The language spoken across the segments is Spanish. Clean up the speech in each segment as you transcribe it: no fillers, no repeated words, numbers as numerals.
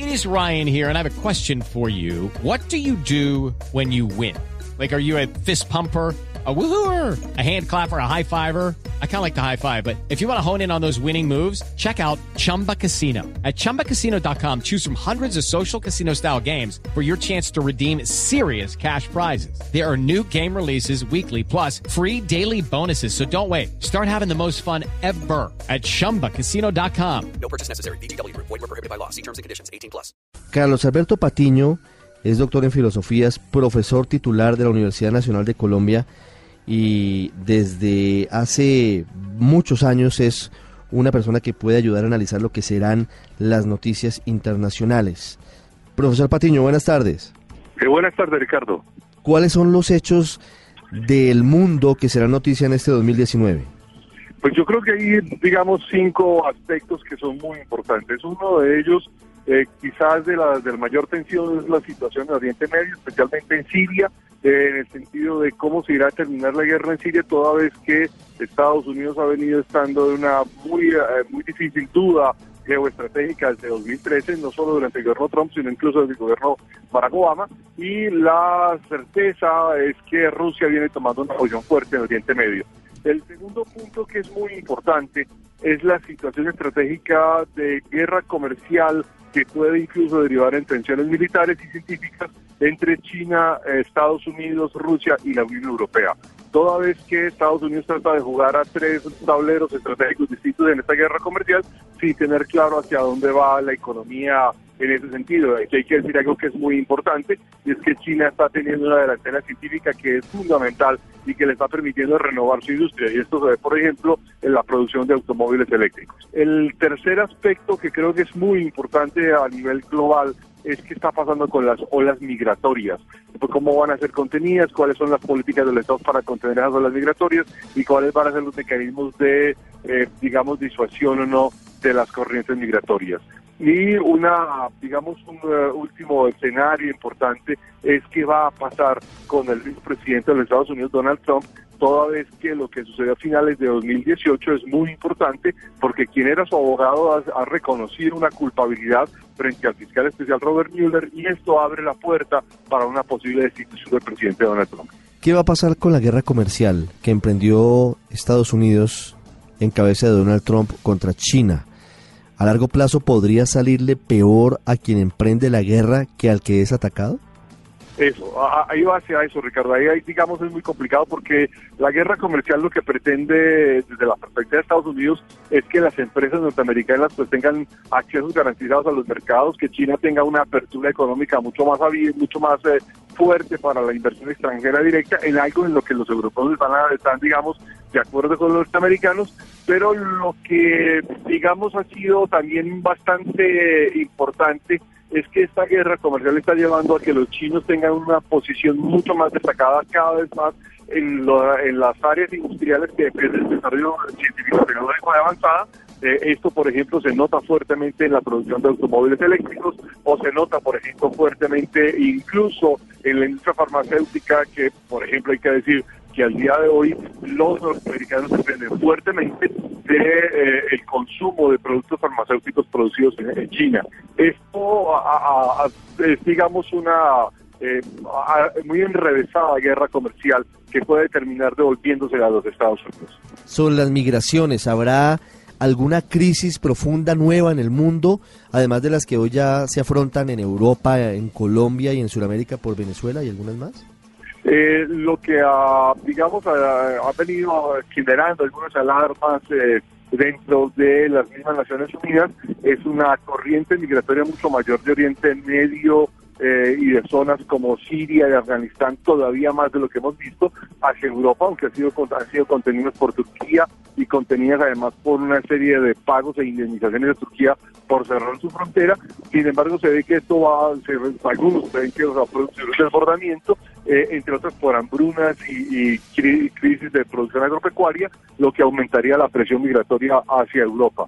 It is Ryan here, and I have a question for you. What do you do when you win? Like, are you a fist pumper, a woohooer, a hand clapper, a high fiver? I kind of like the high five, but if you want to hone in on those winning moves, check out Chumba Casino. At ChumbaCasino.com, choose from hundreds of social casino-style games for your chance to redeem serious cash prizes. There are new game releases weekly, plus free daily bonuses, so don't wait. Start having the most fun ever at ChumbaCasino.com. No purchase necessary. VGW Group. Void where prohibited by law. See terms and conditions. 18+. Carlos Alberto Patiño es doctor en filosofías, profesor titular de la Universidad Nacional de Colombia y desde hace muchos años es una persona que puede ayudar a analizar lo que serán las noticias internacionales. Profesor Patiño, buenas tardes. Buenas tardes, Ricardo. ¿Cuáles son los hechos del mundo que serán noticia en este 2019? Pues yo creo que hay, digamos, 5 aspectos que son muy importantes. Uno de ellos, quizás de mayor tensión, es la situación en Oriente Medio, especialmente en Siria, en el sentido de cómo se irá a terminar la guerra en Siria, toda vez que Estados Unidos ha venido estando en una muy difícil duda geoestratégica desde 2013, no solo durante el gobierno Trump, sino incluso desde el gobierno Barack Obama, y la certeza es que Rusia viene tomando una posición fuerte en Oriente Medio. El segundo punto que es muy importante es la situación estratégica de guerra comercial que puede incluso derivar en tensiones militares y científicas entre China, Estados Unidos, Rusia y la Unión Europea. Toda vez que Estados Unidos trata de jugar a 3 tableros estratégicos distintos en esta guerra comercial, sin tener claro hacia dónde va la economía en ese sentido. Aquí hay que decir algo que es muy importante, y es que China está teniendo una delantera científica que es fundamental y que le está permitiendo renovar su industria, y esto se ve, por ejemplo, en la producción de automóviles eléctricos. El tercer aspecto que creo que es muy importante a nivel global es qué está pasando con las olas migratorias, cómo van a ser contenidas, cuáles son las políticas del Estado para contener esas olas migratorias y cuáles van a ser los mecanismos de, disuasión o no de las corrientes migratorias. Y un último escenario importante es qué va a pasar con el vicepresidente de los Estados Unidos, Donald Trump, toda vez que lo que sucedió a finales de 2018 es muy importante, porque quien era su abogado ha reconocido una culpabilidad frente al fiscal especial Robert Mueller, y esto abre la puerta para una posible destitución del presidente Donald Trump. ¿Qué va a pasar con la guerra comercial que emprendió Estados Unidos en cabeza de Donald Trump contra China? ¿A largo plazo podría salirle peor a quien emprende la guerra que al que es atacado? Eso, ahí va hacia eso, Ricardo. Ahí, digamos, es muy complicado porque la guerra comercial lo que pretende desde la perspectiva de Estados Unidos es que las empresas norteamericanas pues tengan accesos garantizados a los mercados, que China tenga una apertura económica mucho más fuerte para la inversión extranjera directa, en algo en lo que los europeos están, digamos, de acuerdo con los norteamericanos, pero lo que, digamos, ha sido también bastante importante es que esta guerra comercial está llevando a que los chinos tengan una posición mucho más destacada cada vez más en las áreas industriales que dependen del desarrollo científico tecnológico de avanzada. Esto, por ejemplo, se nota fuertemente en la producción de automóviles eléctricos, o se nota, por ejemplo, fuertemente incluso en la industria farmacéutica, que, por ejemplo, hay que decir que al día de hoy los norteamericanos dependen fuertemente del consumo de productos farmacéuticos producidos en China. Esto es, digamos, una muy enrevesada guerra comercial que puede terminar devolviéndose a los Estados Unidos. Sobre las migraciones, ¿habrá alguna crisis profunda nueva en el mundo, además de las que hoy ya se afrontan en Europa, en Colombia y en Sudamérica por Venezuela y algunas más? Lo que ha venido generando algunas alarmas dentro de las mismas Naciones Unidas es una corriente migratoria mucho mayor de Oriente Medio y de zonas como Siria y Afganistán, todavía más de lo que hemos visto, hacia Europa, aunque han sido contenidos por Turquía y contenidas además por una serie de pagos e indemnizaciones de Turquía por cerrar su frontera. Sin embargo, se ve que esto algunos ven que va a producir un desbordamiento, entre otras por hambrunas y crisis de producción agropecuaria, lo que aumentaría la presión migratoria hacia Europa.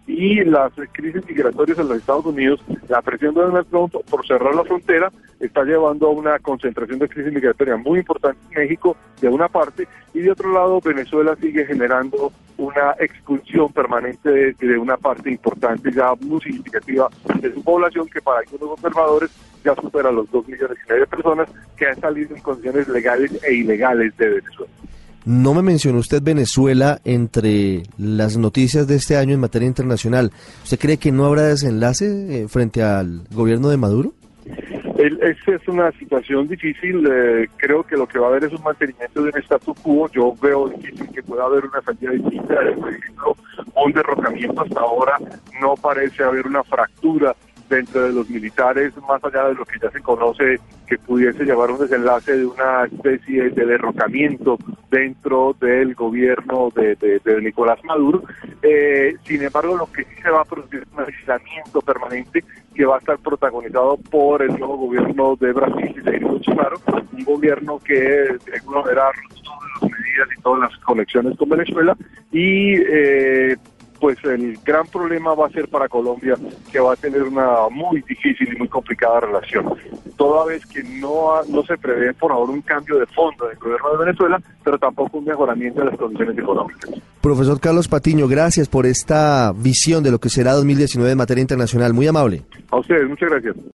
y las crisis migratorias en los Estados Unidos, la presión de Donald Trump por cerrar la frontera está llevando a una concentración de crisis migratoria muy importante en México, de una parte, y de otro lado Venezuela sigue generando una expulsión permanente de una parte importante, ya muy significativa de su población, que para algunos observadores ya supera los 2,5 millones de personas que han salido en condiciones legales e ilegales de Venezuela. No me mencionó usted Venezuela entre las noticias de este año en materia internacional. ¿Usted cree que no habrá desenlace frente al gobierno de Maduro? Esa es una situación difícil. Creo que lo que va a haber es un mantenimiento de un status quo. Yo veo difícil que pueda haber una salida distinta, por ejemplo, un derrocamiento. Hasta ahora no parece haber una fractura dentro de los militares, más allá de lo que ya se conoce, que pudiese llevar a un desenlace de una especie de derrocamiento dentro del gobierno de Nicolás Maduro. Sin embargo, lo que sí se va a producir es un aislamiento permanente que va a estar protagonizado por el nuevo gobierno de Brasil, de Jair Bolsonaro, un gobierno que de alguna manera ha roto todas las medidas y todas las conexiones con Venezuela, y pues el gran problema va a ser para Colombia, que va a tener una muy difícil y muy complicada relación, toda vez que no se prevé por ahora un cambio de fondo del gobierno de Venezuela, pero tampoco un mejoramiento de las condiciones económicas. Profesor Carlos Patiño, gracias por esta visión de lo que será 2019 en materia internacional. Muy amable. A ustedes, muchas gracias.